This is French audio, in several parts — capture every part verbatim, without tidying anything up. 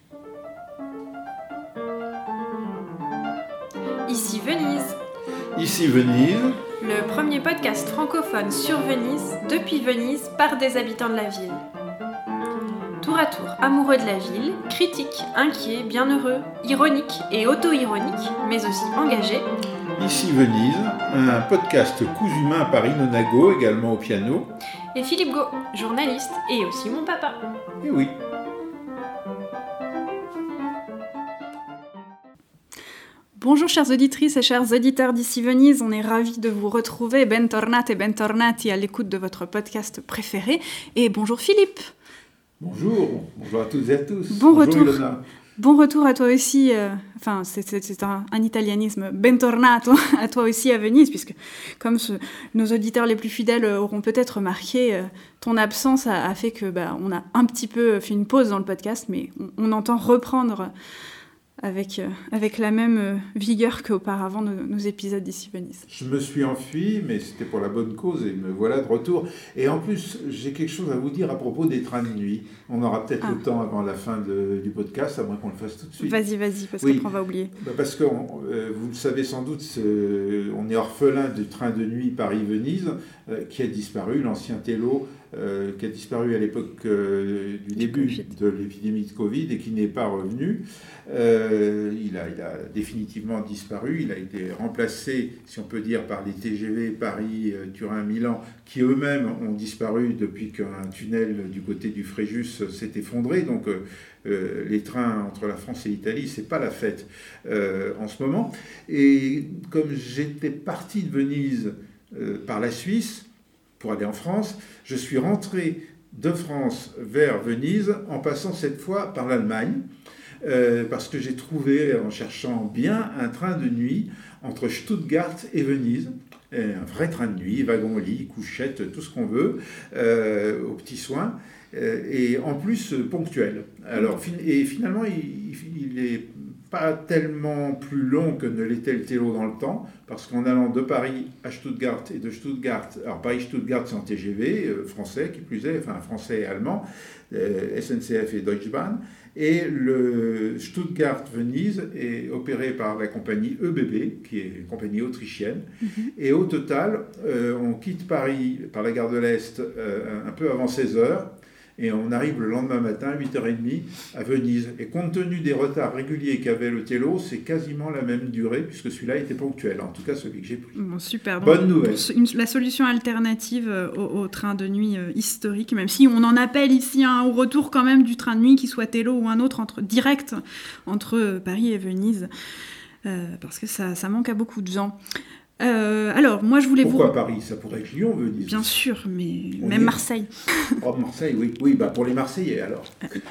Ici Venise. Ici Venise. Le premier podcast francophone sur Venise, depuis Venise, par des habitants de la ville. Tour à tour amoureux de la ville, critiques, inquiets, bienheureux, ironiques et auto-ironiques, mais aussi engagés. Ici Venise, un podcast cousu main par Inonago, également au piano. Et Philippe Gau, journaliste et aussi mon papa. Et oui. Bonjour chères auditrices et chers auditeurs d'Ici Venise, on est ravis de vous retrouver, bentornate et bentornati à l'écoute de votre podcast préféré. Et bonjour Philippe. Bonjour, bonjour à toutes et à tous. Bon bonjour retour. Ilona. Bon retour à toi aussi, euh, enfin c'est, c'est, c'est un, un italianisme, bentornato à toi aussi à Venise, puisque comme ce, nos auditeurs les plus fidèles auront peut-être remarqué, euh, ton absence a, a fait que bah, on a un petit peu fait une pause dans le podcast, mais on, on entend reprendre avec, euh, avec la même euh, vigueur qu'auparavant nos, nos épisodes d'Ici Venise. Je me suis enfui, mais c'était pour la bonne cause et me voilà de retour. Et en plus, j'ai quelque chose à vous dire à propos des trains de nuit. On aura peut-être ah. le temps avant la fin de, du podcast, à moins qu'on le fasse tout de suite. Vas-y, vas-y, parce oui. qu'après on va oublier. Bah parce que, euh, vous le savez sans doute, on est orphelin du train de nuit Paris-Venise, euh, qui a disparu, l'ancien Tello, euh, qui a disparu à l'époque euh, du, du début COVID. de l'épidémie de Covid et qui n'est pas revenu. Euh, il, a, il a définitivement disparu. Il a été remplacé, si on peut dire, par les T G V Paris, euh, Turin, Milan, qui eux-mêmes ont disparu depuis qu'un tunnel du côté du Fréjus s'est effondré. Donc euh, euh, les trains entre la France et l'Italie, c'est pas la fête euh, en ce moment. Et comme j'étais parti de Venise euh, par la Suisse pour aller en France, je suis rentré de France vers Venise en passant cette fois par l'Allemagne. Euh, parce que j'ai trouvé, en cherchant bien, un train de nuit entre Stuttgart et Venise, un vrai train de nuit, wagon-lit, couchette, tout ce qu'on veut, euh, aux petits soins, euh, et en plus ponctuel. Alors, et finalement, il, il est pas tellement plus long que ne l'était le Tello dans le temps, parce qu'en allant de Paris à Stuttgart et de Stuttgart, alors Paris-Stuttgart c'est en T G V, euh, français qui plus est, enfin français et allemand, euh, S N C F et Deutsche Bahn, et le Stuttgart-Venise est opéré par la compagnie E B B, qui est une compagnie autrichienne, mm-hmm. et au total, euh, on quitte Paris par la gare de l'Est euh, un peu avant seize heures, et on arrive le lendemain matin, huit heures trente, à Venise. Et compte tenu des retards réguliers qu'avait le Tello, c'est quasiment la même durée, puisque celui-là était ponctuel, en tout cas celui que j'ai pris. Bon, super. Bonne Donc, nouvelle. Une, la solution alternative au, au train de nuit euh, historique, même si on en appelle ici hein, au retour quand même du train de nuit, qu'il soit Tello ou un autre, entre, direct entre Paris et Venise, euh, parce que ça, ça manque à beaucoup de gens. Euh, alors, moi, je voulais Pourquoi vous... Paris ? Ça pourrait être Lyon, Venise. Bien sûr, mais on même est... Marseille. Oh, Marseille, oui. Oui, bah pour les Marseillais, alors.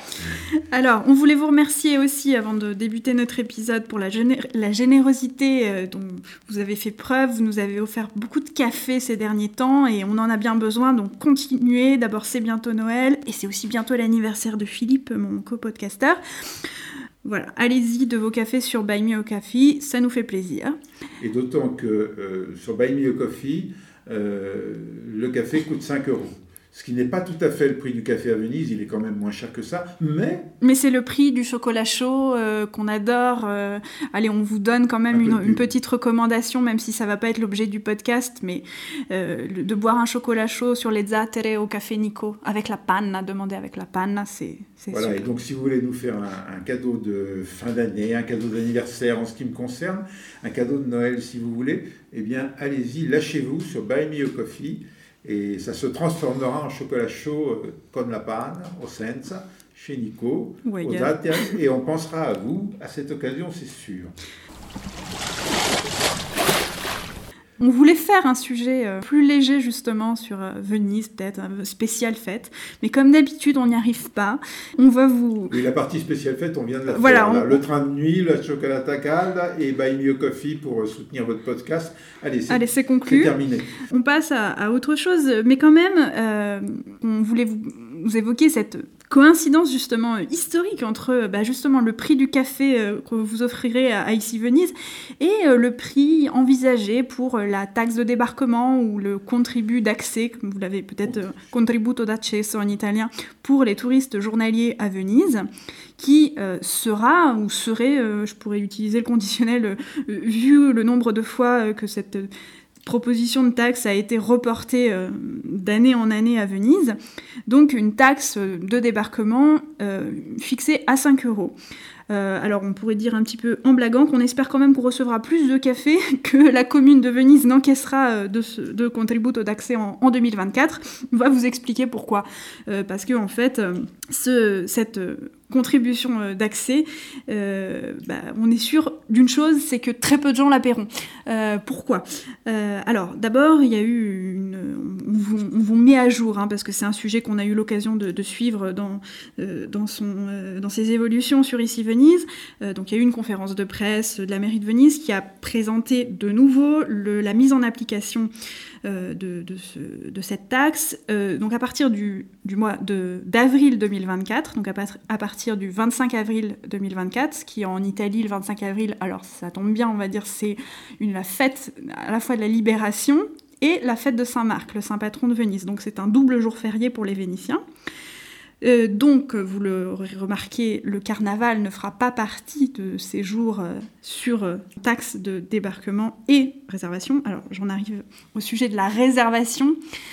Alors, on voulait vous remercier aussi, avant de débuter notre épisode, pour la, géné- la générosité euh, dont vous avez fait preuve. Vous nous avez offert beaucoup de café ces derniers temps et on en a bien besoin, donc continuez. D'abord, c'est bientôt Noël et c'est aussi bientôt l'anniversaire de Philippe, mon co-podcasteur. Voilà, allez-y de vos cafés sur Buy Me a Coffee, ça nous fait plaisir. Et d'autant que euh, sur Buy Me a Coffee, euh, le café coûte cinq euros. Ce qui n'est pas tout à fait le prix du café à Venise, il est quand même moins cher que ça, mais... Mais c'est le prix du chocolat chaud euh, qu'on adore. Euh, allez, on vous donne quand même une, une petite recommandation, même si ça ne va pas être l'objet du podcast, mais euh, de boire un chocolat chaud sur les zattere au café Nico, avec la panna, demander avec la panna, c'est, c'est Voilà, super. Et donc si vous voulez nous faire un, un cadeau de fin d'année, un cadeau d'anniversaire en ce qui me concerne, un cadeau de Noël si vous voulez, eh bien allez-y, lâchez-vous sur Buy Me a Coffee. Et ça se transformera en chocolat chaud euh, con la panna, au senza, chez Nico, ouais, aux Zattere, et on pensera à vous à cette occasion, c'est sûr. On voulait faire un sujet euh, plus léger justement sur euh, Venise, peut-être un spécial fête, mais comme d'habitude on n'y arrive pas. On va vous... Oui, la partie spéciale fête, on vient de la voilà, faire. On... Là. Le train de nuit, la chocolata calda et Buy Me a Coffee pour soutenir votre podcast. Allez, c'est, Allez, c'est conclu. C'est terminé. On passe à, à autre chose, mais quand même, euh, on voulait vous vous évoquez cette coïncidence justement historique entre bah, justement le prix du café euh, que vous offrirez à, à Ici Venise et euh, le prix envisagé pour la taxe de débarquement ou le contribut d'accès, comme vous l'avez peut-être, euh, contributo d'accesso en italien, pour les touristes journaliers à Venise, qui euh, sera ou serait, euh, je pourrais utiliser le conditionnel, euh, vu le nombre de fois euh, que cette euh, proposition de taxe a été reportée euh, d'année en année à Venise, donc une taxe de débarquement euh, fixée à cinq euros. Euh, alors on pourrait dire un petit peu en blaguant qu'on espère quand même qu'on recevra plus de café que la commune de Venise n'encaissera de, ce, de contributo d'accès en, en deux mille vingt-quatre. On va vous expliquer pourquoi. Euh, parce que en fait, ce, cette contribution d'accès, euh, bah, on est sûr d'une chose, c'est que très peu de gens la paieront. Euh, pourquoi ? euh, Alors d'abord, il y a eu une... On vous, on vous met à jour, hein, parce que c'est un sujet qu'on a eu l'occasion de, de suivre dans, euh, dans, son, euh, dans ses évolutions sur Ici Venise. Euh, donc il y a eu une conférence de presse de la mairie de Venise qui a présenté de nouveau le, la mise en application euh, de, de, ce, de cette taxe. Euh, donc à partir du, du mois de, d'avril deux mille vingt-quatre, donc à, à partir du vingt-cinq avril deux mille vingt-quatre, qui en Italie le vingt-cinq avril, alors ça tombe bien, on va dire, c'est une, la fête à la fois de la Libération et la fête de Saint-Marc, le saint patron de Venise. Donc c'est un double jour férié pour les Vénitiens. Euh, donc, vous l'aurez remarqué, le carnaval ne fera pas partie de ces jours euh, sur euh, taxe de débarquement et réservation. Alors, j'en arrive au sujet de la réservation.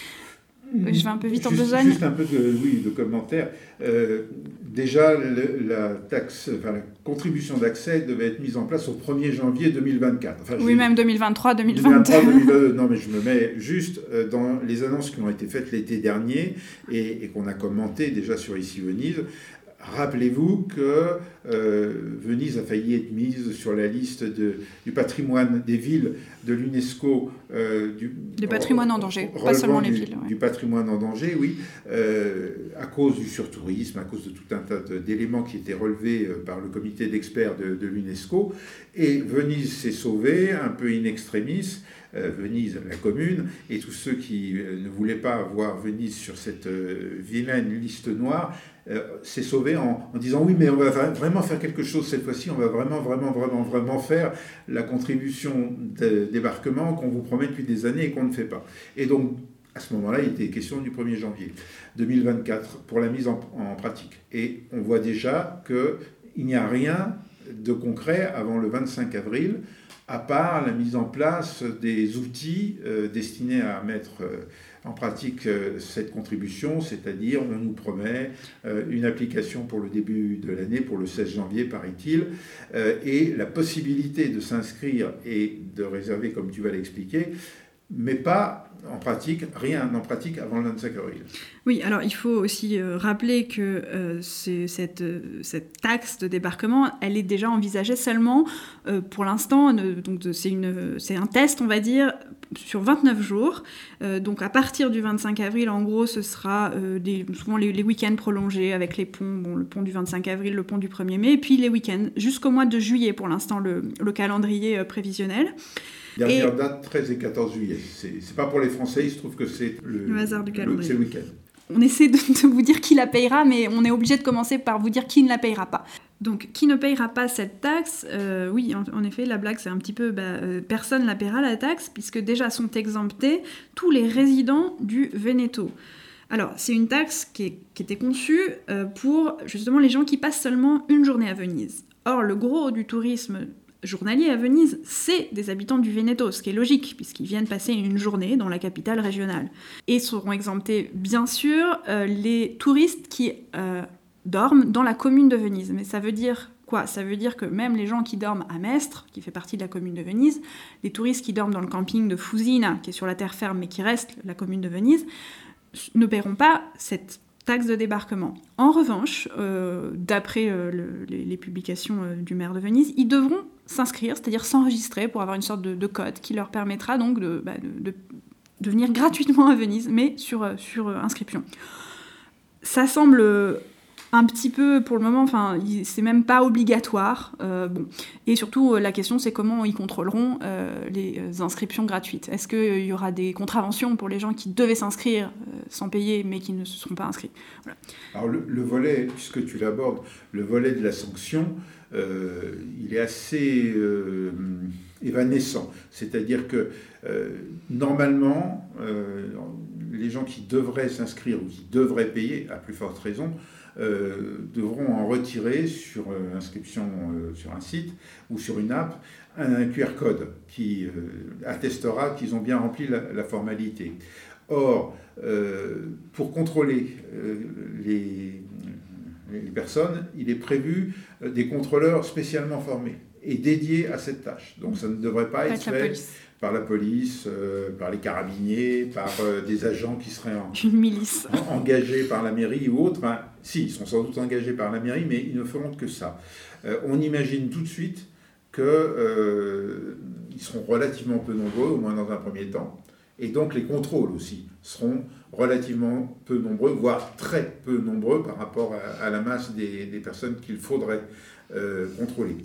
Euh, je vais un peu vite juste, en besogne. Juste un peu de, oui, de commentaires. Euh, déjà, le, la taxe, enfin, la contribution d'accès devait être mise en place au premier janvier deux mille vingt-quatre. Enfin, oui, même deux mille vingt-trois, deux mille vingt-deux. deux mille vingt-deux, non, mais je me mets juste dans les annonces qui ont été faites l'été dernier et, et qu'on a commentées déjà sur Ici Venise. Rappelez-vous que euh, Venise a failli être mise sur la liste de, du patrimoine des villes de l'UNESCO. Euh, du du patrimoine en danger, pas seulement les du, villes. Ouais. Du patrimoine en danger, oui, euh, à cause du surtourisme, à cause de tout un tas d'éléments qui étaient relevés par le comité d'experts de, de l'UNESCO. Et Venise s'est sauvée, un peu in extremis. Euh, Venise, la commune, et tous ceux qui euh, ne voulaient pas voir Venise sur cette euh, vilaine liste noire, euh, s'est sauvé en, en disant oui, mais on va vraiment faire quelque chose cette fois-ci, on va vraiment, vraiment, vraiment, vraiment faire la contribution de débarquement qu'on vous promet depuis des années et qu'on ne fait pas. Et donc, à ce moment-là, il était question du premier janvier deux mille vingt-quatre pour la mise en, en pratique. Et on voit déjà qu'il n'y a rien de concret avant le vingt-cinq avril, à part la mise en place des outils euh, destinés à mettre euh, en pratique euh, cette contribution, c'est-à-dire on nous promet euh, une application pour le début de l'année, pour le seize janvier, paraît-il, euh, et la possibilité de s'inscrire et de réserver, comme tu vas l'expliquer, mais pas en pratique, rien en pratique avant le vingt-cinq avril. Oui, alors il faut aussi euh, rappeler que euh, c'est, cette, euh, cette taxe de débarquement, elle est déjà envisagée seulement euh, pour l'instant, euh, donc c'est, une, c'est un test, on va dire, sur vingt-neuf jours. Euh, donc à partir du vingt-cinq avril, en gros, ce sera euh, des, souvent les, les week-ends prolongés avec les ponts, bon, le pont du vingt-cinq avril, le pont du premier mai, et puis les week-ends jusqu'au mois de juillet, pour l'instant, le, le calendrier euh, prévisionnel. Dernière et... date, treize et quatorze juillet. C'est, c'est pas pour les Français, il se trouve que c'est le, le hasard du calendrier. Le, c'est le week-end. On essaie de, de vous dire qui la payera, mais on est obligé de commencer par vous dire qui ne la payera pas. Donc, qui ne payera pas cette taxe, euh, oui, en, en effet, la blague, c'est un petit peu, bah, euh, personne ne la paiera, la taxe, puisque déjà sont exemptés tous les résidents du Veneto. Alors, c'est une taxe qui, est, qui était conçue euh, pour, justement, les gens qui passent seulement une journée à Venise. Or, le gros du tourisme journalier à Venise, c'est des habitants du Veneto, ce qui est logique, puisqu'ils viennent passer une journée dans la capitale régionale. Et seront exemptés, bien sûr, euh, les touristes qui euh, dorment dans la commune de Venise. Mais ça veut dire quoi ? Ça veut dire que même les gens qui dorment à Mestre, qui fait partie de la commune de Venise, les touristes qui dorment dans le camping de Fusina, qui est sur la terre ferme, mais qui reste la commune de Venise, ne paieront pas cette taxe de débarquement. En revanche, euh, d'après euh, le, les, les publications euh, du maire de Venise, ils devront s'inscrire, c'est-à-dire s'enregistrer pour avoir une sorte de, de code qui leur permettra donc de, bah, de, de, de venir gratuitement à Venise, mais sur, sur euh, inscription. Ça semble un petit peu pour le moment, enfin, c'est même pas obligatoire. Euh, bon. Et surtout, la question, c'est comment ils contrôleront euh, les inscriptions gratuites. Est-ce qu'il euh, y aura des contraventions pour les gens qui devaient s'inscrire euh, sans payer, mais qui ne se sont pas inscrits? Voilà. Alors, le, le volet, puisque tu l'abordes, le volet de la sanction, euh, il est assez euh, évanescent. C'est-à-dire que, euh, normalement, euh, les gens qui devraient s'inscrire ou qui devraient payer, à plus forte raison, euh, devront en retirer sur euh, inscription euh, sur un site ou sur une app un Q R code qui euh, attestera qu'ils ont bien rempli la, la formalité. Or, euh, pour contrôler euh, les, les personnes, il est prévu euh, des contrôleurs spécialement formés et dédiés à cette tâche. Donc ça ne devrait pas être fait par la police, euh, par les carabiniers, par euh, des agents qui seraient en, une milice. en, engagés par la mairie ou autre. Hein. Si, ils sont sans doute engagés par la mairie, mais ils ne feront que ça. Euh, on imagine tout de suite qu'ils euh, seront relativement peu nombreux, au moins dans un premier temps. Et donc les contrôles aussi seront relativement peu nombreux, voire très peu nombreux par rapport à, à la masse des, des personnes qu'il faudrait euh, contrôler.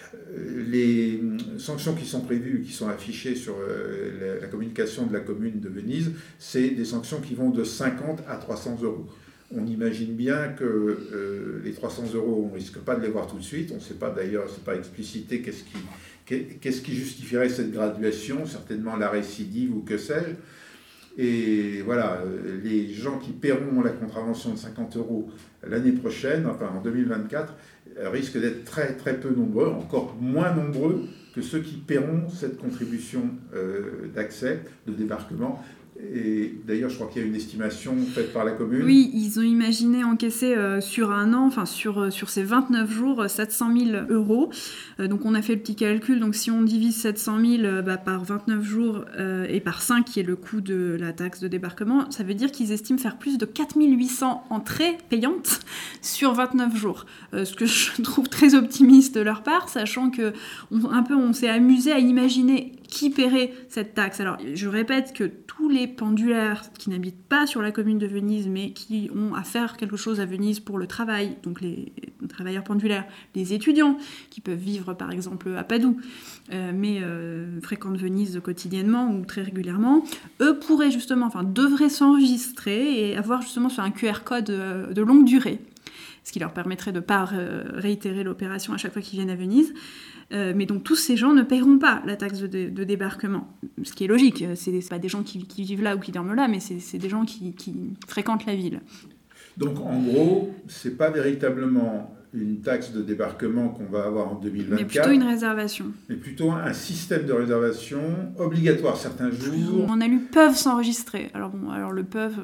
Les sanctions qui sont prévues, qui sont affichées sur la, la communication de la commune de Venise, c'est des sanctions qui vont de cinquante à trois cents euros. On imagine bien que euh, les trois cents euros, on ne risque pas de les voir tout de suite. On ne sait pas d'ailleurs, ce n'est pas explicité qu'est-ce qui, qu'est-ce qui justifierait cette graduation, certainement la récidive ou que sais-je. Et voilà, les gens qui paieront la contravention de cinquante euros l'année prochaine, enfin en deux mille vingt-quatre, risquent d'être très très peu nombreux, encore moins nombreux que ceux qui paieront cette contribution euh, d'accès, de débarquement. Et d'ailleurs, je crois qu'il y a une estimation faite par la commune. Oui, ils ont imaginé encaisser euh, sur un an, enfin sur, euh, sur ces vingt-neuf jours, sept cent mille euros. Euh, donc on a fait le petit calcul, donc si on divise sept cent mille euh, bah, par vingt-neuf jours euh, et par cinq, qui est le coût de la taxe de débarquement, ça veut dire qu'ils estiment faire plus de quatre mille huit cents entrées payantes sur vingt-neuf jours. Euh, ce que je trouve très optimiste de leur part, sachant que on, un peu on s'est amusé à imaginer qui paierait cette taxe. Alors, je répète que tous les pendulaires qui n'habitent pas sur la commune de Venise, mais qui ont à faire quelque chose à Venise pour le travail, donc les travailleurs pendulaires, les étudiants qui peuvent vivre par exemple à Padoue, euh, mais euh, fréquentent Venise quotidiennement ou très régulièrement, eux pourraient justement, enfin devraient s'enregistrer et avoir justement sur un Q R code de longue durée, ce qui leur permettrait de ne pas réitérer l'opération à chaque fois qu'ils viennent à Venise. Euh, mais donc tous ces gens ne paieront pas la taxe de, de, de débarquement, ce qui est logique. C'est, c'est pas des gens qui, qui vivent là ou qui dorment là, mais c'est, c'est des gens qui, qui fréquentent la ville. Donc en gros, c'est pas véritablement une taxe de débarquement qu'on va avoir en deux mille vingt-quatre. Mais plutôt une réservation. Mais plutôt un système de réservation obligatoire certains jours. On a lu peuvent s'enregistrer. Alors bon, alors le peuvent...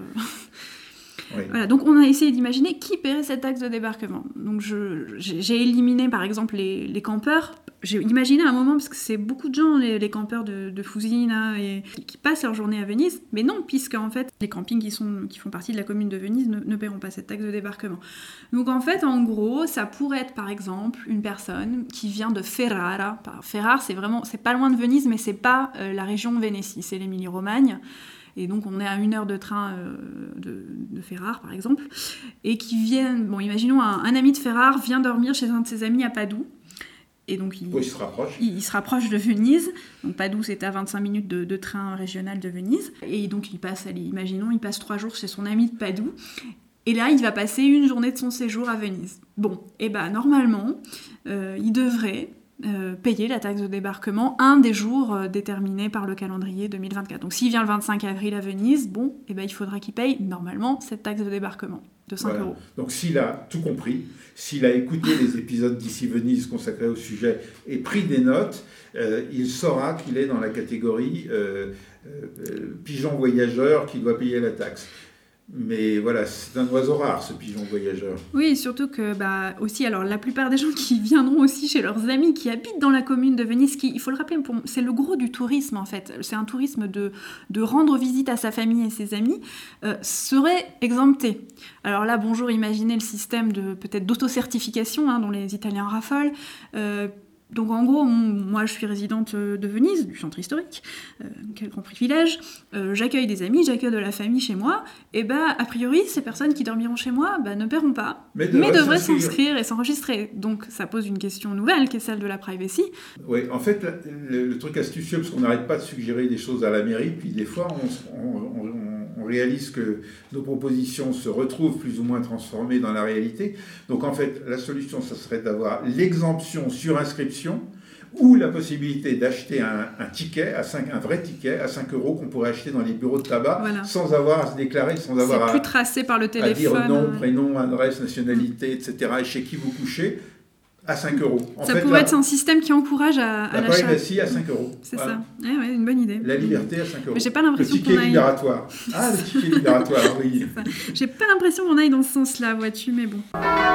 Oui. Voilà, donc on a essayé d'imaginer qui paierait cette taxe de débarquement. Donc je, j'ai, j'ai éliminé par exemple les, les campeurs. J'ai imaginé à un moment, parce que c'est beaucoup de gens, les, les campeurs de, de Fusina, et, qui passent leur journée à Venise, mais non, puisque en fait les campings qui, sont, qui font partie de la commune de Venise ne, ne paieront pas cette taxe de débarquement. Donc en fait, en gros, ça pourrait être par exemple une personne qui vient de Ferrara. Ferrare, c'est vraiment, c'est pas loin de Venise, mais c'est pas euh, la région de Vénétie, c'est l'Émilie-Romagne. Et donc on est à une heure de train euh, de, de Ferrare, par exemple, et qui viennent, bon, imaginons un, un ami de Ferrare vient dormir chez un de ses amis à Padoue, et donc il, oui, il se rapproche. Il, il se rapproche de Venise, donc Padoue c'est à vingt-cinq minutes de, de train régional de Venise, et donc il passe, allez, imaginons, il passe trois jours chez son ami de Padoue, et là il va passer une journée de son séjour à Venise. Bon, et ben normalement, euh, il devrait... Euh, payer la taxe de débarquement un des jours euh, déterminés par le calendrier deux mille vingt-quatre. Donc s'il vient le vingt-cinq avril à Venise, bon, eh ben, il faudra qu'il paye normalement cette taxe de débarquement de cinq voilà. euros. Donc s'il a tout compris, s'il a écouté les épisodes d'ici Venise consacrés au sujet et pris des notes, euh, il saura qu'il est dans la catégorie euh, euh, pigeon voyageur qui doit payer la taxe. Mais voilà, c'est un oiseau rare, ce pigeon voyageur. Oui, surtout que, bah, aussi, alors, la plupart des gens qui viendront aussi chez leurs amis qui habitent dans la commune de Venise, qui, il faut le rappeler, pour, c'est le gros du tourisme, en fait. C'est un tourisme de, de rendre visite à sa famille et ses amis, euh, serait exempté. Alors là, bonjour, imaginez le système de, peut-être d'autocertification, hein, dont les Italiens raffolent, euh, Donc en gros, moi je suis résidente de Venise, du centre historique, euh, quel grand privilège, euh, j'accueille des amis, j'accueille de la famille chez moi, et bah a priori ces personnes qui dormiront chez moi bah, ne paieront pas, mais, de mais devraient s'inscrire. s'inscrire et s'enregistrer. Donc ça pose une question nouvelle qui est celle de la privacy. Oui, en fait le, le truc astucieux, parce qu'on n'arrête pas de suggérer des choses à la mairie, puis des fois on, on, on, on réalise que nos propositions se retrouvent plus ou moins transformées dans la réalité. Donc en fait la solution ça serait d'avoir l'exemption sur inscription ou la possibilité d'acheter un, un ticket, à cinq, un vrai ticket à cinq euros qu'on pourrait acheter dans les bureaux de tabac voilà. sans avoir à se déclarer, sans avoir C'est plus à, tracé par le téléphone, à dire nom, prénom, adresse, nationalité, et cetera et chez qui vous couchez, à cinq euros. En ça fait, pourrait là, être un système qui encourage à, à la l'achat. La privacy à cinq euros. C'est voilà. ça, ouais, ouais, une bonne idée. La liberté à cinq euros. Mais j'ai pas l'impression le ticket qu'on aille... libératoire. Ah, le ticket libératoire, oui. J'ai pas l'impression qu'on aille dans ce sens-là, vois-tu, mais bon.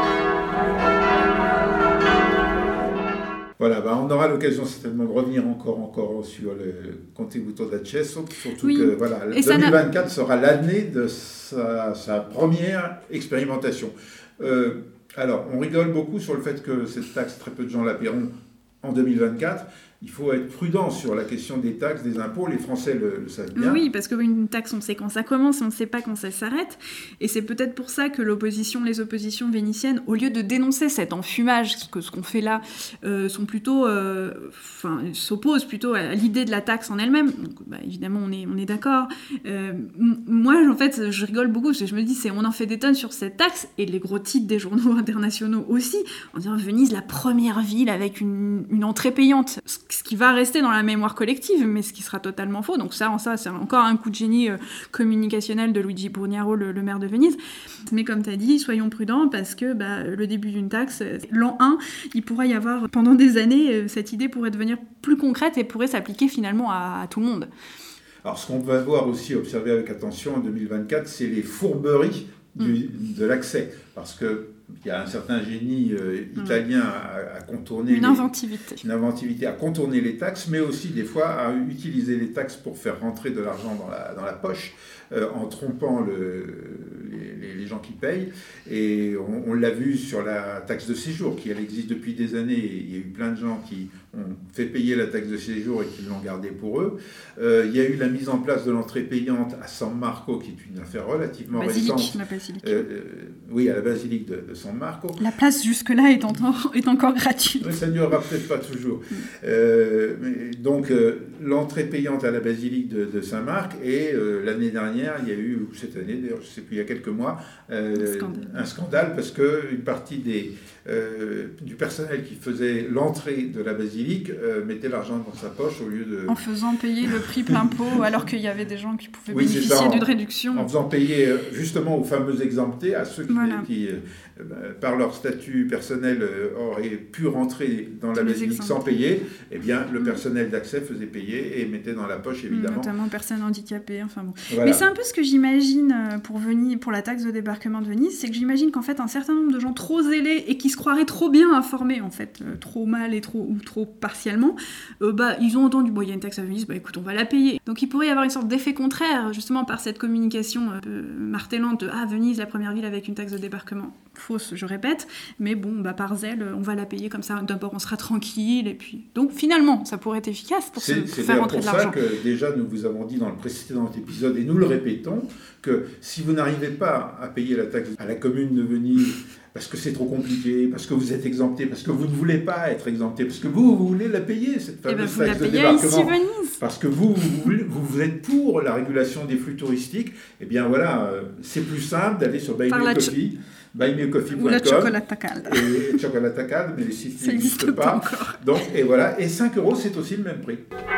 Voilà, bah on aura l'occasion certainement de revenir encore, encore sur le contributo d'accesso, surtout oui. que voilà, deux mille vingt-quatre sera l'année de sa, sa première expérimentation. Euh, alors, on rigole beaucoup sur le fait que cette taxe, très peu de gens la paieront en deux mille vingt-quatre. Il faut être prudent sur la question des taxes, des impôts. Les Français le, le savent bien. Oui, parce qu'une taxe, on sait quand ça commence, on ne sait pas quand ça s'arrête. Et c'est peut-être pour ça que l'opposition, les oppositions vénitiennes, au lieu de dénoncer cet enfumage, que ce qu'on fait là, euh, sont plutôt, euh, enfin, s'opposent plutôt à l'idée de la taxe en elle-même. Donc, bah, évidemment, on est, on est d'accord. Euh, moi, en fait, je rigole beaucoup parce que je me dis, c'est, on en fait des tonnes sur cette taxe et les gros titres des journaux internationaux aussi. En disant Venise, la première ville avec une, une entrée payante. Ce qui va rester dans la mémoire collective, mais ce qui sera totalement faux. Donc ça, ça c'est encore un coup de génie euh, communicationnel de Luigi Brugnaro, le, le maire de Venise. Mais comme tu as dit, soyons prudents, parce que bah, le début d'une taxe, l'an un, il pourrait y avoir, pendant des années, euh, cette idée pourrait devenir plus concrète et pourrait s'appliquer finalement à, à tout le monde. Alors ce qu'on va voir aussi, observer avec attention en deux mille vingt-quatre, c'est les fourberies du, mmh. de l'accès. Parce que il y a un certain génie euh, italien à, à contourner... Une les, inventivité. Une inventivité à contourner les taxes, mais aussi des fois à utiliser les taxes pour faire rentrer de l'argent dans la, dans la poche, euh, en trompant le, les, les gens qui payent. Et on, on l'a vu sur la taxe de séjour, qui elle existe depuis des années. Et il y a eu plein de gens qui ont fait payer la taxe de séjour et qui l'ont gardée pour eux. Euh, il y a eu la mise en place de l'entrée payante à San Marco, qui est une affaire relativement basilique, récente. La basilique. Euh, euh, oui, à la basilique de, de San Marco. La place jusque-là est encore, est encore gratuite. Oui, ça ne durera peut-être pas toujours. Mm. Euh, mais donc, euh, l'entrée payante à la basilique de, de Saint-Marc, et euh, l'année dernière, il y a eu, ou cette année d'ailleurs, je ne sais plus, il y a quelques mois, euh, un, scandale. un scandale, parce qu'une partie des, euh, du personnel qui faisait l'entrée de la basilique euh, mettait l'argent dans sa poche au lieu de... En faisant payer le prix plein pot, alors qu'il y avait des gens qui pouvaient oui, bénéficier en, d'une réduction. En faisant payer justement aux fameux exemptés, à ceux qui, voilà. qui euh, par leur statut personnel, euh, auraient pu rentrer dans la basilique sans payer, eh bien, le personnel d'accès faisait payer et mettait dans la poche, évidemment. Notamment personnes handicapées, enfin bon. Voilà. Mais c'est un peu ce que j'imagine pour, Venise, pour la taxe de débarquement de Venise, c'est que j'imagine qu'en fait, un certain nombre de gens trop zélés et qui se croiraient trop bien informés, en fait, euh, trop mal et trop, ou trop partiellement, euh, bah, ils ont entendu, bon, il y a une taxe à Venise, bah écoute, on va la payer. Donc il pourrait y avoir une sorte d'effet contraire, justement, par cette communication euh, martelante de « Ah, Venise, la première ville avec une taxe de débarquement ». Fausse, je répète, mais bon, bah, par zèle, on va la payer comme ça, d'abord on sera tranquille, et puis... Donc finalement, ça pourrait être efficace pour, se, pour faire rentrer de l'argent. C'est pour ça que déjà nous vous avons dit dans le précédent épisode, et nous le répétons, que si vous n'arrivez pas à payer la taxe à la commune de Venise, parce que c'est trop compliqué, parce que vous êtes exempté, parce que vous ne voulez pas être exempté, parce que vous, vous voulez la payer, cette fameuse ben taxe de débarquement, ici, Venise. Parce que vous, vous, vous, vous êtes pour la régulation des flux touristiques, eh bien voilà, c'est plus simple d'aller sur Buy Me Coffee, buy me coffee point com, ou la Cioccolata Calda. Et Cioccolata Calda, mais les sites n'existent pas. pas Donc, et voilà, et cinq euros, c'est aussi le même prix.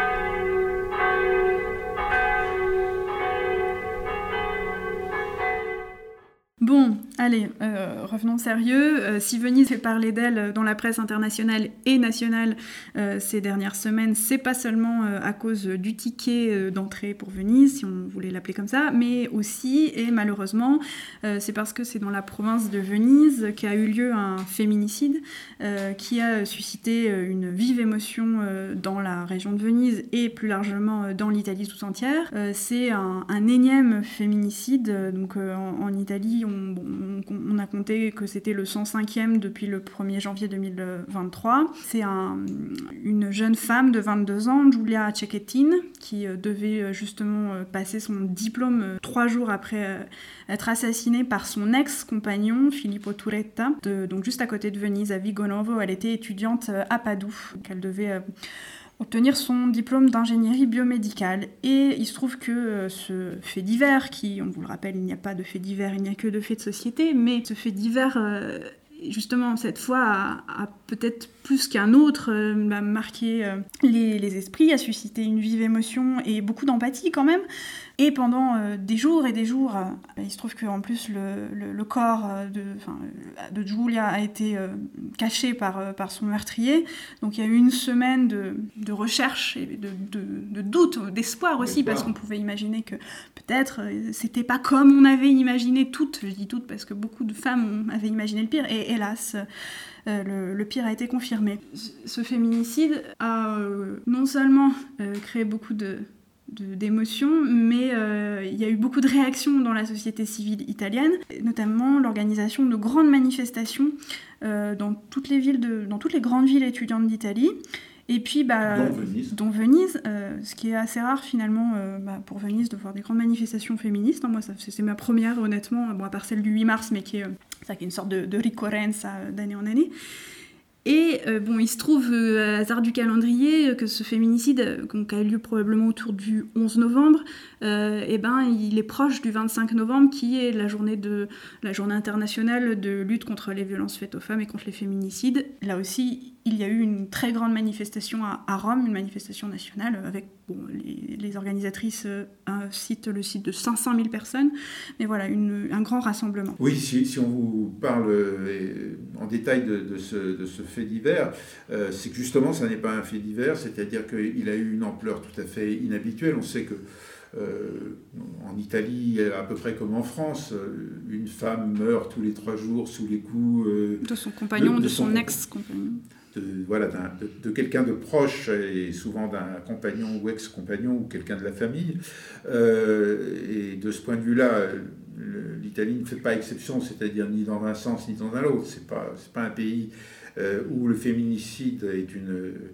Bon, allez, euh, revenons sérieux. Euh, si Venise fait parler d'elle dans la presse internationale et nationale euh, ces dernières semaines, c'est pas seulement euh, à cause du ticket euh, d'entrée pour Venise, si on voulait l'appeler comme ça, mais aussi, et malheureusement, euh, c'est parce que c'est dans la province de Venise qu'a eu lieu un féminicide euh, qui a suscité une vive émotion euh, dans la région de Venise et plus largement euh, dans l'Italie tout entière. Euh, c'est un, un énième féminicide, donc euh, en, en Italie, on Bon, on, on a compté que c'était le cent cinquième depuis le premier janvier deux mille vingt-trois. C'est un, une jeune femme de vingt-deux ans, Giulia Cecchettin, qui euh, devait justement euh, passer son diplôme euh, trois jours après euh, être assassinée par son ex-compagnon, Filippo Turetta, de, donc juste à côté de Venise, à Vigonovo. Elle était étudiante euh, à Padoue, donc elle devait euh, obtenir son diplôme d'ingénierie biomédicale. Et il se trouve que euh, ce fait divers, qui, on vous le rappelle, il n'y a pas de fait divers, il n'y a que de faits de société, mais ce fait divers, euh, justement, cette fois, a, a peut-être plus qu'un autre, euh, a marqué euh, les, les esprits, a suscité une vive émotion et beaucoup d'empathie quand même. Et pendant euh, des jours et des jours, euh, il se trouve qu'en plus le, le, le corps de, de Giulia a été euh, caché par, euh, par son meurtrier. Donc il y a eu une semaine de, de recherche et de, de, de doute, d'espoir aussi, parce qu'on pouvait imaginer que peut-être euh, c'était pas comme on avait imaginé toutes, je dis toutes parce que beaucoup de femmes avaient imaginé le pire, et hélas, euh, le, le pire a été confirmé. Ce féminicide a euh, non seulement euh, créé beaucoup de De, d'émotions, mais euh, il y a eu beaucoup de réactions dans la société civile italienne, notamment l'organisation de grandes manifestations euh, dans toutes les villes, de, dans toutes les grandes villes étudiantes d'Italie. Et puis, bah, dont Venise, dont Venise euh, ce qui est assez rare finalement euh, bah, pour Venise de voir des grandes manifestations féministes. Hein, moi, ça, c'est, c'est ma première, honnêtement, bon, à part celle du huit mars, mais qui est, euh, ça, qui est une sorte de, de ricorrenza euh, d'année en année. Et euh, bon, il se trouve, euh, hasard du calendrier, que ce féminicide, euh, qui a eu lieu probablement autour du onze novembre, euh, et ben, il est proche du vingt-cinq novembre, qui est la journée, de, la journée internationale de lutte contre les violences faites aux femmes et contre les féminicides. Là aussi, il y a eu une très grande manifestation à, à Rome, une manifestation nationale, avec bon, les, les organisatrices euh, citent le site de cinq cent mille personnes, mais voilà, une, un grand rassemblement. Oui, si, si on vous parle euh, en détail de, de, ce, de ce fait divers, euh, c'est que justement, ça n'est pas un fait divers, c'est-à-dire qu'il a eu une ampleur tout à fait inhabituelle. On sait que Euh, en Italie, à peu près comme en France, une femme meurt tous les trois jours sous les coups euh, de son compagnon, de, de, de son, son ex-compagnon. De, voilà, d'un, de, de quelqu'un de proche, et souvent d'un compagnon ou ex-compagnon ou quelqu'un de la famille. Euh, et de ce point de vue-là, le, l'Italie ne fait pas exception, c'est-à-dire ni dans un sens ni dans un autre. C'est pas, c'est pas un pays euh, où le féminicide est une...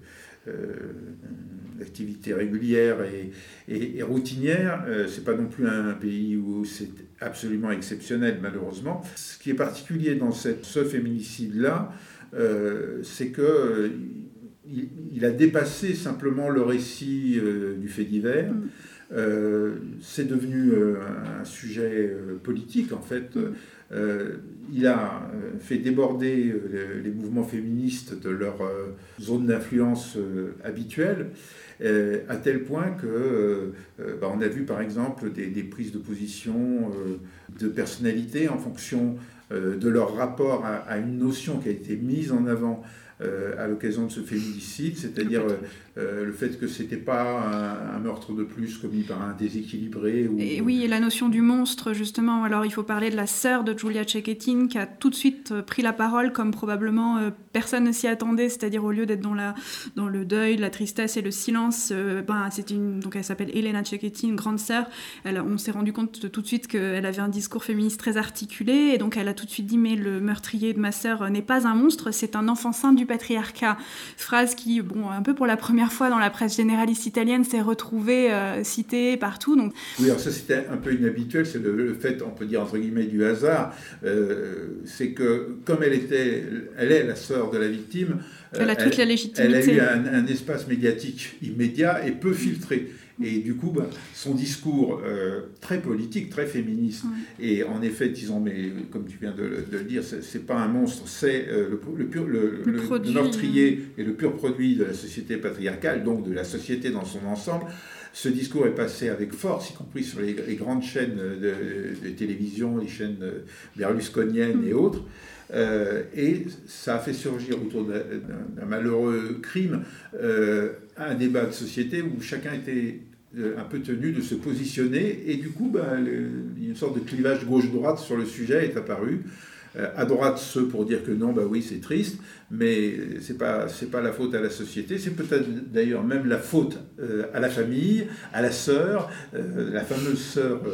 Euh, activité régulière et, et, et routinière. Euh, c'est pas non plus un pays où c'est absolument exceptionnel, malheureusement. Ce qui est particulier dans cette, ce féminicide-là, euh, c'est que euh, il, il a dépassé simplement le récit euh, du fait divers. Mmh. Euh, c'est devenu euh, un sujet euh, politique, en fait. Mmh. Euh, il a fait déborder euh, les mouvements féministes de leur euh, zone d'influence euh, habituelle, euh, à tel point que euh, bah, on a vu par exemple des, des prises de position euh, de personnalités en fonction euh, de leur rapport à, à une notion qui a été mise en avant euh, à l'occasion de ce féminicide, c'est-à-dire euh, euh, le fait que c'était pas un, un meurtre de plus commis par un déséquilibré. Ou... Et oui, et la notion du monstre, justement. Alors, il faut parler de la sœur de Giulia Cecchettin, qui a tout de suite pris la parole, comme probablement euh, personne ne s'y attendait, c'est-à-dire au lieu d'être dans, la, dans le deuil, la tristesse et le silence, euh, ben, c'était une, donc elle s'appelle Elena Cecchettin, une grande sœur. Elle, on s'est rendu compte de, tout de suite qu'elle avait un discours féministe très articulé, et donc elle a tout de suite dit, mais le meurtrier de ma sœur n'est pas un monstre, c'est un enfant saint du patriarcat. Phrase qui, bon, un peu pour la première fois dans la presse généraliste italienne, s'est retrouvée euh, citée partout. Donc... Oui, alors ça c'était un peu inhabituel, c'est le, le fait, on peut dire entre guillemets, du hasard. Euh, c'est que comme elle était, elle est la sœur de la victime, elle a toute elle, la légitimité. Elle a eu un, un espace médiatique immédiat et peu filtré. Et du coup, bah, son discours euh, très politique, très féministe, ouais. Et en effet, disons, mais comme tu viens de, de le dire, c'est, c'est pas un monstre, c'est euh, le, le, pur, le, le, le, le meurtrier et le pur produit de la société patriarcale, donc de la société dans son ensemble. Ce discours est passé avec force, y compris sur les, les grandes chaînes de, de télévision, les chaînes berlusconiennes et autres. Euh, et ça a fait surgir autour d'un, d'un malheureux crime euh, un débat de société où chacun était euh, un peu tenu de se positionner, et du coup bah, le, une sorte de clivage gauche-droite sur le sujet est apparu. Euh, à droite, ceux pour dire que non, bah oui, c'est triste, mais c'est pas, c'est pas la faute à la société, c'est peut-être d'ailleurs même la faute euh, à la famille, à la sœur, euh, la fameuse sœur euh,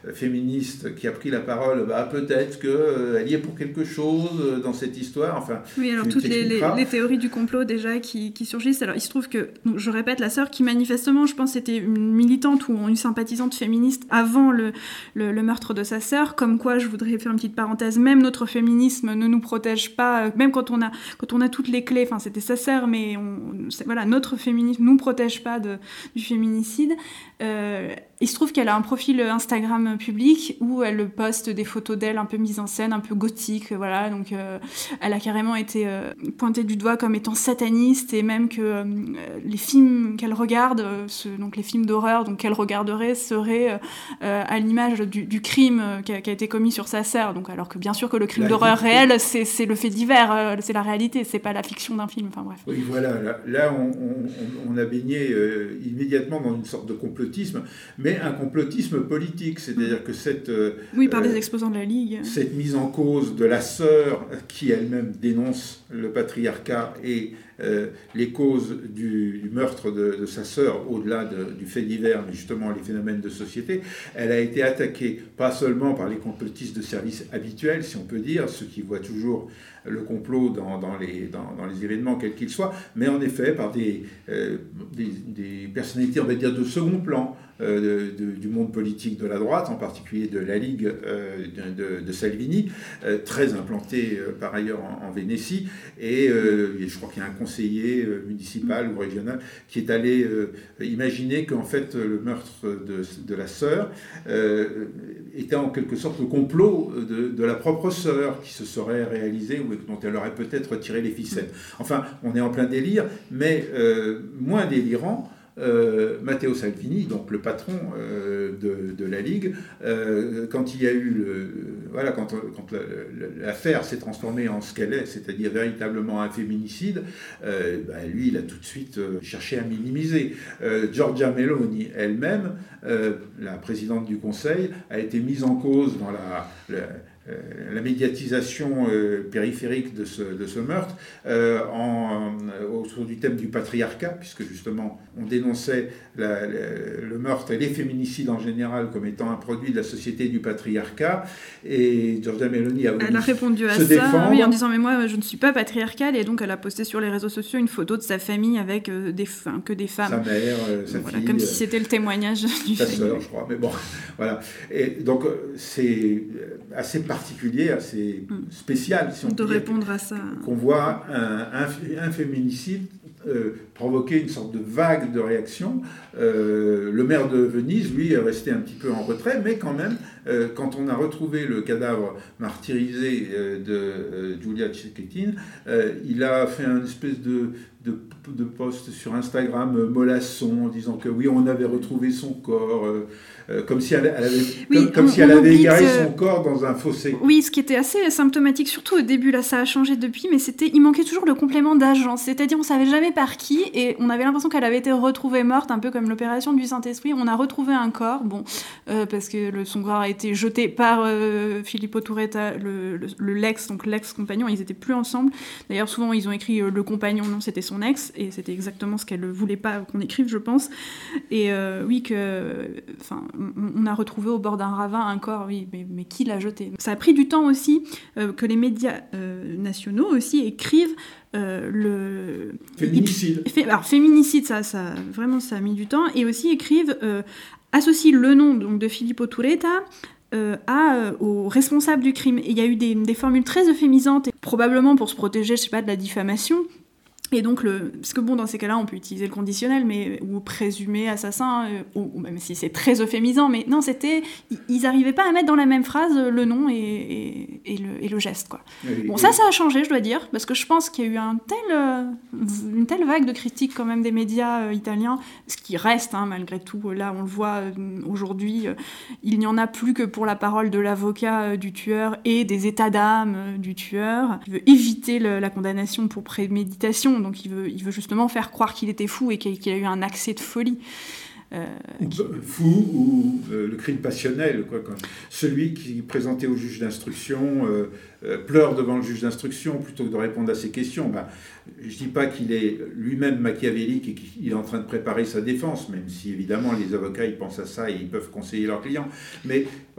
féministe qui a pris la parole, bah, peut-être qu'elle euh, y est pour quelque chose dans cette histoire. Enfin, oui, alors toutes les, les, les théories du complot déjà qui, qui surgissent. Alors il se trouve que, donc, je répète, la sœur qui manifestement, je pense, était une militante ou une sympathisante féministe avant le, le, le meurtre de sa sœur, comme quoi, je voudrais faire une petite parenthèse, même notre féminisme ne nous protège pas, même quand on a, quand on a toutes les clés, enfin c'était sa sœur, mais on, voilà, notre féminisme ne nous protège pas de, du féminicide. Euh, il se trouve qu'elle a un profil Instagram public où elle poste des photos d'elle un peu mises en scène, un peu gothique, voilà, donc euh, elle a carrément été euh, pointée du doigt comme étant sataniste, et même que euh, les films qu'elle regarde, euh, ce, donc les films d'horreur donc qu'elle regarderait seraient euh, à l'image du, du crime qui a, qui a été commis sur sa sœur, donc alors que bien sûr que le crime la d'horreur vie. réel c'est, c'est le fait divers, euh, c'est la réalité, c'est pas la fiction d'un film, enfin bref. Oui, voilà, là, là on, on, on a baigné euh, immédiatement dans une sorte de complotisme, mais un complotisme politique, c'est-à-dire que cette... Euh, oui, par des exposants de la Ligue. Cette mise en cause de la sœur qui elle-même dénonce le patriarcat et euh, les causes du, du meurtre de, de sa sœur, au-delà de, du fait divers, mais justement les phénomènes de société, elle a été attaquée pas seulement par les complotistes de service habituels, si on peut dire, ceux qui voient toujours le complot dans, dans, les, dans, dans les événements, quels qu'ils soient, mais en effet par des, euh, des, des personnalités, on va dire, de second plan, euh, de, de, du monde politique de la droite, en particulier de la Ligue euh, de, de, de Salvini, euh, très implanté euh, par ailleurs en, en Vénétie, et, euh, et je crois qu'il y a un conseiller euh, municipal ou régional qui est allé euh, imaginer qu'en fait le meurtre de, de la sœur euh, était en quelque sorte le complot de, de la propre sœur qui se serait réalisé ou dont elle aurait peut-être tiré les ficelles. Enfin, on est en plein délire, mais euh, moins délirant, euh, Matteo Salvini, donc le patron euh, de, de la Ligue, euh, quand il y a eu le, voilà, quand, quand la, la, l'affaire s'est transformée en ce qu'elle est, c'est-à-dire véritablement un féminicide, euh, bah, lui, il a tout de suite euh, cherché à minimiser. Euh, Giorgia Meloni elle-même, euh, la présidente du Conseil, a été mise en cause dans la, la Euh, la médiatisation euh, périphérique de ce, de ce meurtre euh, en, euh, autour du thème du patriarcat, puisque justement on dénonçait la, la, le meurtre et les féminicides en général comme étant un produit de la société du patriarcat, et Giorgia Meloni a voulu elle a répondu à se ça défendre. Oui, en disant mais moi je ne suis pas patriarcale, et donc elle a posté sur les réseaux sociaux une photo de sa famille avec euh, des, enfin, que des femmes, sa mère, euh, sa voilà, fille, comme si c'était le témoignage du sa sœur, je crois, mais bon voilà, et donc c'est assez particulier, assez spécial, si on de peut répondre dire, à ça, qu'on voit un, un, un féminicide euh, provoquer une sorte de vague de réaction. Euh, le maire de Venise, lui, est resté un petit peu en retrait, mais quand même, euh, quand on a retrouvé le cadavre martyrisé euh, de euh, Giulia Cecchettin, euh, il a fait une espèce de, de, de post sur Instagram euh, mollasson, en disant que oui, on avait retrouvé son corps, euh, euh, comme si elle, elle avait, oui, comme, comme on, si elle avait égaré que... son corps dans un fossé. Oui, ce qui était assez symptomatique, surtout au début, là ça a changé depuis, mais c'était, il manquait toujours le complément d'agent, c'est-à-dire on savait jamais par qui, et on avait l'impression qu'elle avait été retrouvée morte, un peu comme l'opération du Saint-Esprit. On a retrouvé un corps, bon, euh, parce que le, son corps a été jeté par euh, Filippo Turetta, le, le, le l'ex, donc l'ex-compagnon, ils étaient plus ensemble. D'ailleurs, souvent, ils ont écrit euh, le compagnon, non, c'était son ex, et c'était exactement ce qu'elle voulait pas qu'on écrive, je pense. Et euh, oui, que, enfin, on, on a retrouvé au bord d'un ravin un corps, oui, mais, mais qui l'a jeté ? Ça a pris du temps aussi euh, que les médias euh, nationaux aussi écrivent Euh, le féminicide. Il, alors féminicide, ça, ça, vraiment, ça a mis du temps, et aussi écrivent, euh, associent le nom donc de Filippo Turetta euh, à, euh, au responsable du crime. Et il y a eu des, des formules très euphémisantes, et probablement pour se protéger, je sais pas, de la diffamation. Et donc, le, parce que bon, dans ces cas-là, on peut utiliser le conditionnel, mais, ou présumé assassin, euh, ou, ou même si c'est très euphémisant, mais non, c'était, ils n'arrivaient pas à mettre dans la même phrase le nom et, et, et, le, et le geste, quoi. Oui, bon, oui. Ça, ça a changé, je dois dire, parce que je pense qu'il y a eu un tel, euh, une telle vague de critiques quand même des médias euh, italiens, ce qui reste, hein, malgré tout, là, on le voit euh, aujourd'hui, euh, il n'y en a plus que pour la parole de l'avocat euh, du tueur et des états d'âme euh, du tueur. Il veut éviter le, la condamnation pour préméditation. Donc il veut, il veut justement faire croire qu'il était fou et qu'il, qu'il a eu un accès de folie. Euh, qui... Fou ou euh, le crime passionnel, quoi, quoi. Celui qui, présenté au juge d'instruction, euh, euh, pleure devant le juge d'instruction plutôt que de répondre à ses questions. Ben, je ne dis pas qu'il est lui-même machiavélique et qu'il est en train de préparer sa défense, même si évidemment les avocats ils pensent à ça et ils peuvent conseiller leurs clients. Mais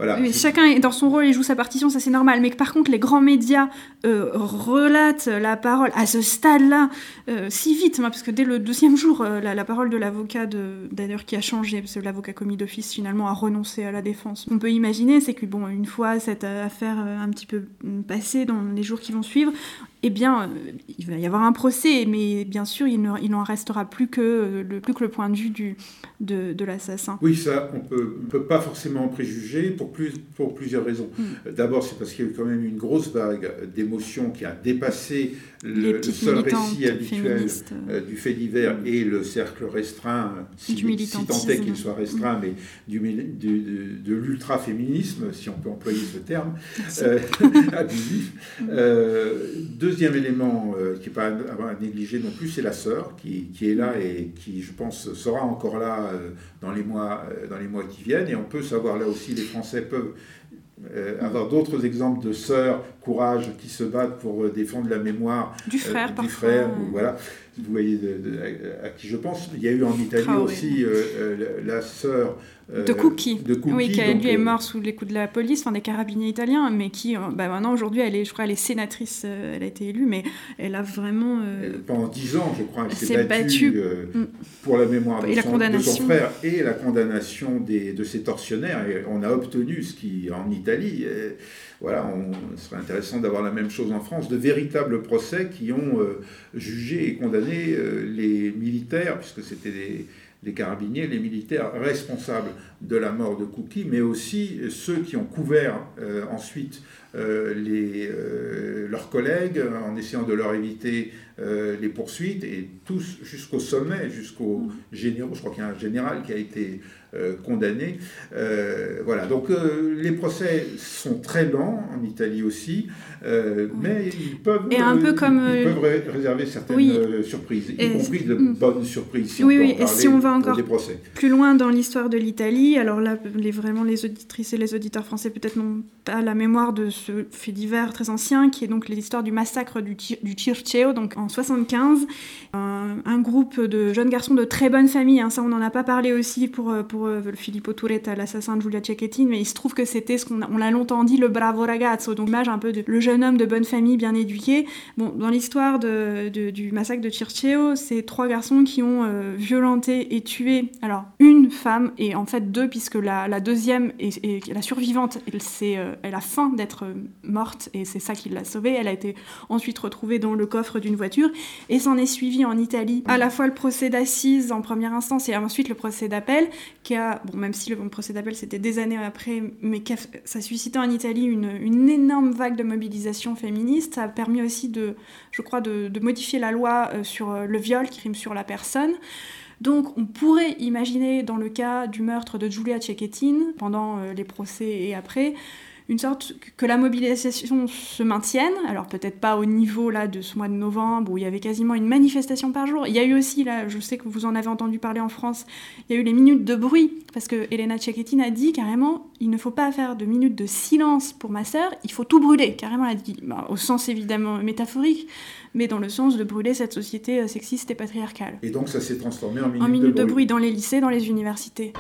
voilà. Oui, chacun est dans son rôle et joue sa partition, ça c'est normal. Mais que par contre, les grands médias euh, relatent la parole à ce stade-là euh, si vite, moi, parce que dès le deuxième jour, euh, la, la parole de l'avocat, de, d'ailleurs, qui a changé, parce que l'avocat commis d'office, finalement, a renoncé à la défense. On peut imaginer, c'est que, bon, une fois cette affaire euh, un petit peu passée dans les jours qui vont suivre, eh bien, euh, il va y avoir un procès, mais bien sûr, il, ne, il n'en restera plus que, le, plus que le point de vue du, de, de l'assassin. Oui, ça, on peut, ne peut pas forcément en préjuger pour, plus, pour plusieurs raisons. Mm. D'abord, c'est parce qu'il y a eu quand même une grosse vague d'émotions qui a dépassé le, le seul récit habituel euh, du fait divers mm. et le cercle restreint, si, si tant est qu'il soit restreint, mm. mais du, du, de, de l'ultra-féminisme, si on peut employer ce terme, euh, abusif. Mm. Euh, Deuxième élément euh, qui n'est pas à, à négliger non plus, c'est la sœur qui, qui est là et qui, je pense, sera encore là euh, dans, les mois, euh, dans les mois qui viennent. Et on peut savoir, là aussi, les Français peuvent euh, avoir d'autres exemples de sœurs, courage, qui se battent pour euh, défendre la mémoire du frère, euh, parfois. Du frère ou, voilà. Vous voyez de, de, à, à qui je pense. Il y a eu en Italie ah, aussi oui. euh, la, la sœur euh, de Cucchi, de Cucchi oui, qui donc, lui est euh, mort sous les coups de la police, enfin des carabiniers italiens, mais qui, bah, maintenant aujourd'hui, elle est, je crois, elle est sénatrice, euh, elle a été élue, mais elle a vraiment euh, pendant dix ans, je crois, elle s'est, s'est battue, battue euh, pour la mémoire de, et son, la de son frère et la condamnation des, de ces tortionnaires. Et on a obtenu ce qui, en Italie, et, voilà, on, ce serait intéressant d'avoir la même chose en France, de véritables procès qui ont euh, jugé et condamné euh, les militaires, puisque c'était des, des carabiniers, les militaires responsables de la mort de Cucchi, mais aussi ceux qui ont couvert euh, ensuite euh, les, euh, leurs collègues en essayant de leur éviter euh, les poursuites, et tous jusqu'au sommet, jusqu'aux généraux. Je crois qu'il y a un général qui a été euh, condamné. Euh, voilà, donc euh, les procès sont très lents en Italie aussi, euh, mais ils peuvent, et un peu comme, ils, ils peuvent ré- réserver certaines oui. euh, surprises, y et compris de mm. bonnes surprises, si oui, on peut oui. en parler, et si on va encore des procès. Plus loin dans l'histoire de l'Italie, alors là, les, vraiment les auditrices et les auditeurs français peut-être n'ont pas la mémoire de ce fait divers très ancien, qui est donc l'histoire du massacre du, du Circeo, donc en soixante-quinze. Un, un groupe de jeunes garçons de très bonne famille, hein, ça on n'en a pas parlé aussi pour, pour euh, Filippo Turetta, l'assassin de Giulia Cecchettin, mais il se trouve que c'était ce qu'on a, on l'a longtemps dit, le bravo ragazzo, donc l'image un peu de le jeune homme de bonne famille, bien éduqué. Bon, dans l'histoire de, de, du massacre de Circeo, c'est trois garçons qui ont euh, violenté et tué, alors une femme, et en fait deux, puisque la, la deuxième, est, est, la survivante, elle, c'est, euh, elle a faim d'être morte, et c'est ça qui l'a sauvée. Elle a été ensuite retrouvée dans le coffre d'une voiture, et s'en est suivi en Italie à la fois le procès d'assises en première instance et ensuite le procès d'appel, qui a, bon, même si le procès d'appel c'était des années après, mais qui a, ça a suscité en Italie une, une énorme vague de mobilisation féministe. Ça a permis aussi de, je crois, de, de modifier la loi sur le viol qui rime sur la personne. Donc on pourrait imaginer, dans le cas du meurtre de Giulia Cecchettin, pendant les procès et après, une sorte que la mobilisation se maintienne, alors peut-être pas au niveau là de ce mois de novembre où il y avait quasiment une manifestation par jour. Il y a eu aussi, là, je sais que vous en avez entendu parler en France, il y a eu les minutes de bruit, parce que Elena Cecchettin a dit carrément, il ne faut pas faire de minutes de silence pour ma sœur, il faut tout brûler, carrément elle a dit, bah, au sens évidemment métaphorique, mais dans le sens de brûler cette société sexiste et patriarcale. Et donc ça s'est transformé en minutes, en minutes de, de bruit. bruit dans les lycées, dans les universités.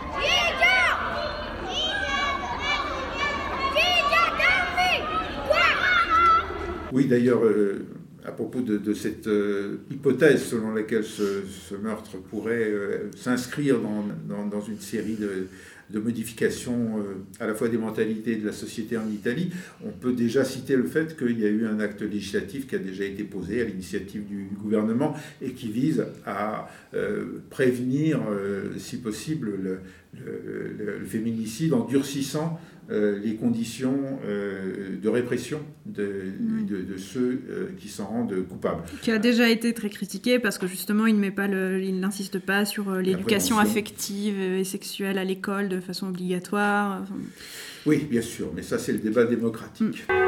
Oui, d'ailleurs, euh, à propos de, de cette euh, hypothèse selon laquelle ce, ce meurtre pourrait euh, s'inscrire dans, dans, dans une série de, de modifications euh, à la fois des mentalités de la société en Italie, on peut déjà citer le fait qu'il y a eu un acte législatif qui a déjà été posé à l'initiative du gouvernement et qui vise à euh, prévenir, euh, si possible, le, le, le, le féminicide en durcissant Euh, les conditions euh, de répression de, mmh. de, de ceux euh, qui s'en rendent coupables. Qui a déjà été très critiqué parce que justement il, met pas le, il n'insiste pas sur l'éducation affective et sexuelle à l'école de façon obligatoire. Enfin... Oui, bien sûr, mais ça c'est le débat démocratique. Mmh.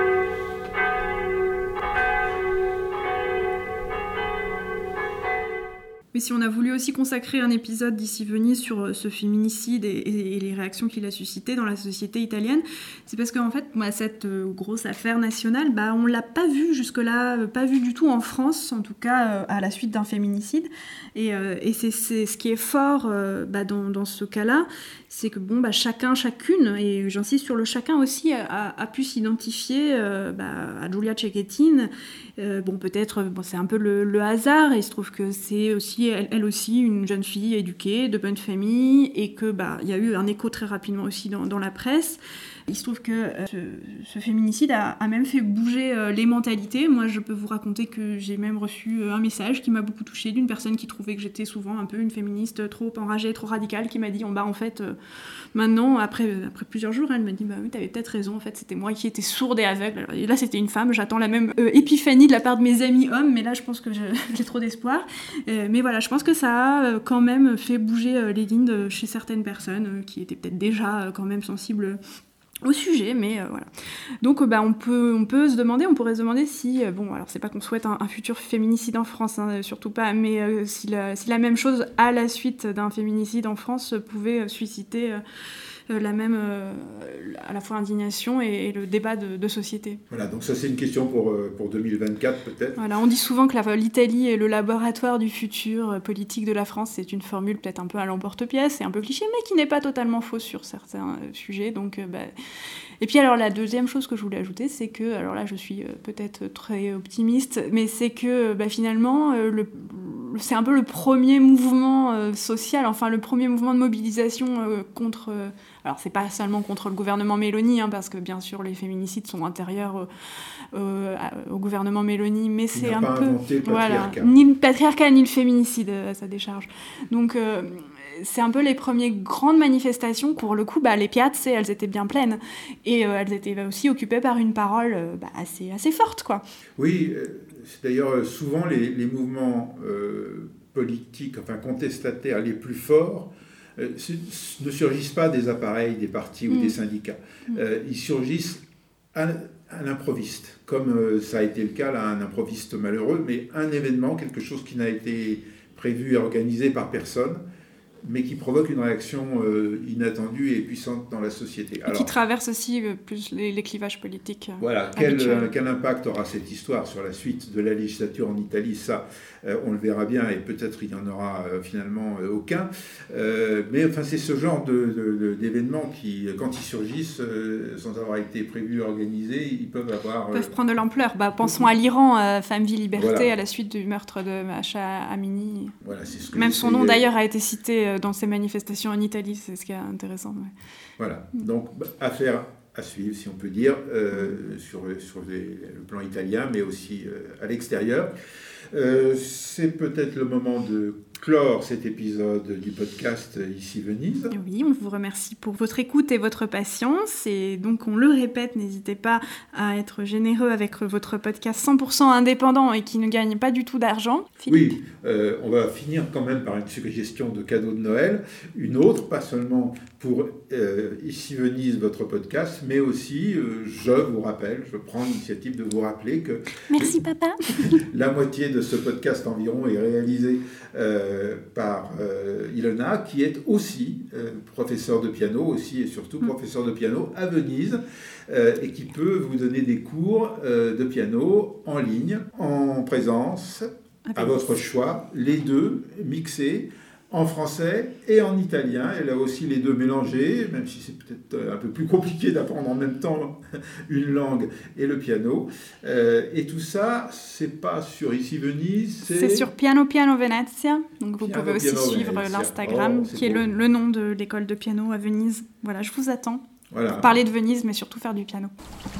Mais si on a voulu aussi consacrer un épisode d'ici Venise sur ce féminicide et, et, et les réactions qu'il a suscité dans la société italienne, c'est parce qu'en fait, moi, cette euh, grosse affaire nationale, bah, on ne l'a pas vue jusque-là, euh, pas vue du tout en France, en tout cas euh, à la suite d'un féminicide. Et, euh, et c'est, c'est ce qui est fort euh, bah, dans, dans ce cas-là, c'est que bon, bah, chacun, chacune, et j'insiste sur le chacun aussi, a, a pu s'identifier euh, bah, à Giulia Cecchettin. Euh, bon, peut-être, bon, c'est un peu le, le hasard, et il se trouve que c'est aussi, elle, elle aussi, une jeune fille éduquée, de bonne famille, et que bah, y a eu un écho très rapidement aussi dans, dans la presse. Il se trouve que euh, ce, ce féminicide a, a même fait bouger euh, les mentalités. Moi, je peux vous raconter que j'ai même reçu euh, un message qui m'a beaucoup touchée d'une personne qui trouvait que j'étais souvent un peu une féministe trop enragée, trop radicale, qui m'a dit, oh, bah, en fait, euh, maintenant, après, après plusieurs jours, elle m'a dit, bah oui, t'avais peut-être raison, en fait, c'était moi qui étais sourde et aveugle. Alors, et là, c'était une femme, j'attends la même euh, épiphanie de la part de mes amis hommes, mais là, je pense que je, j'ai trop d'espoir. Euh, mais voilà, je pense que ça a euh, quand même fait bouger euh, les lignes de, chez certaines personnes euh, qui étaient peut-être déjà euh, quand même sensibles au sujet, mais euh, voilà. Donc euh, bah, on, peut, on peut se demander, on pourrait se demander si, euh, bon, alors c'est pas qu'on souhaite un, un futur féminicide en France, hein, surtout pas, mais euh, si, la, si la même chose à la suite d'un féminicide en France pouvait euh, susciter euh, euh, la même, euh, à la fois indignation et, et le débat de, de société. Voilà, donc ça c'est une question pour, euh, pour deux mille vingt-quatre peut-être. Voilà, on dit souvent que la, l'Italie est le laboratoire du futur euh, politique de la France, c'est une formule peut-être un peu à l'emporte-pièce, c'est un peu cliché, mais qui n'est pas totalement fausse sur certains euh, sujets, donc euh, bah... Et puis alors la deuxième chose que je voulais ajouter, c'est que, alors là je suis euh, peut-être très optimiste, mais c'est que bah, finalement euh, le, c'est un peu le premier mouvement euh, social, enfin le premier mouvement de mobilisation euh, contre... Euh, alors c'est pas seulement contre le gouvernement Meloni, hein, parce que bien sûr les féminicides sont antérieurs euh, euh, au gouvernement Meloni, mais c'est un peu... Le voilà, ni le patriarcat ni le féminicide à sa décharge. Donc... Euh, c'est un peu les premières grandes manifestations. Pour le coup, bah, les piazze, elles étaient bien pleines. Et euh, elles étaient aussi occupées par une parole euh, bah, assez, assez forte, quoi. Oui, c'est d'ailleurs souvent les, les mouvements euh, politiques, enfin contestataires les plus forts, euh, ne surgissent pas des appareils, des partis ou mmh. des syndicats. Mmh. Euh, ils surgissent à, à l'improviste, comme euh, ça a été le cas, là, un improviste malheureux, mais un événement, quelque chose qui n'a été prévu et organisé par personne, mais qui provoque une réaction euh, inattendue et puissante dans la société. Et Alors, qui traverse aussi euh, plus les, les clivages politiques. Euh, voilà, quel, euh, quel impact aura cette histoire sur la suite de la législature en Italie, ça, euh, on le verra bien, et peut-être il n'y en aura euh, finalement euh, aucun. Euh, mais enfin, c'est ce genre de, de, de, d'événements qui, quand ils surgissent, euh, sans avoir été prévus, organisés, ils peuvent avoir... Ils peuvent euh, prendre de l'ampleur. Bah, pensons à l'Iran, euh, Femme, Vie, Liberté, voilà. À la suite du meurtre de Mahsa Amini. Voilà, c'est ce que Même son nom, d'ailleurs, a été cité dans ces manifestations en Italie, c'est ce qui est intéressant. Ouais. Voilà, donc affaire à suivre, si on peut dire, euh, sur, sur les, le plan italien, mais aussi euh, à l'extérieur. Euh, c'est peut-être le moment de clore cet épisode du podcast Ici Venise. Oui, on vous remercie pour votre écoute et votre patience. Et donc, on le répète, n'hésitez pas à être généreux avec votre podcast cent pour cent indépendant et qui ne gagne pas du tout d'argent. Philippe ? Oui, euh, on va finir quand même par une suggestion de cadeau de Noël. Une autre, pas seulement pour euh, Ici Venise, votre podcast, mais aussi, euh, je vous rappelle, je prends l'initiative de vous rappeler que... Merci, papa. La moitié de ce podcast environ est réalisé euh, par euh, Ilona, qui est aussi euh, professeur de piano, aussi et surtout mmh. professeur de piano à Venise, euh, et qui peut vous donner des cours euh, de piano en ligne, en présence, à, à votre choix, les deux mixés, en français et en italien. Elle a aussi les deux mélangés, même si c'est peut-être un peu plus compliqué d'apprendre en même temps une langue et le piano. Euh, et tout ça, c'est pas sur Ici Venise, c'est... C'est sur Piano Piano Venezia. Donc vous piano, pouvez aussi suivre Venezia. L'Instagram, oh, qui est le, le nom de l'école de piano à Venise. Voilà, je vous attends. Voilà. Pour parler de Venise, mais surtout faire du piano.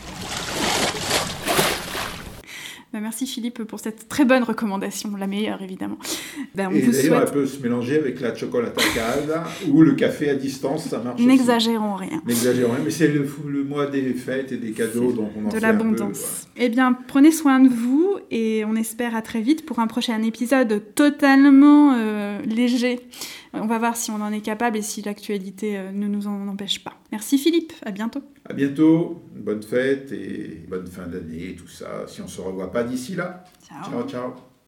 Ben merci Philippe pour cette très bonne recommandation, la meilleure évidemment. Ben, on et vous d'ailleurs, souhaite... elle peut se mélanger avec la cioccolata calda ou le café à distance, ça marche. N'exagérons aussi. rien. N'exagérons rien, mais c'est le, le mois des fêtes et des cadeaux, c'est donc on en de fait l'abondance. Un peu, voilà. Eh bien, prenez soin de vous et on espère à très vite pour un prochain épisode totalement euh, léger. On va voir si on en est capable et si l'actualité euh, ne nous en empêche pas. Merci Philippe, à bientôt. À bientôt, bonne fête et bonne fin d'année et tout ça, si on ne se revoit pas d'ici là. Ciao. Ciao, ciao.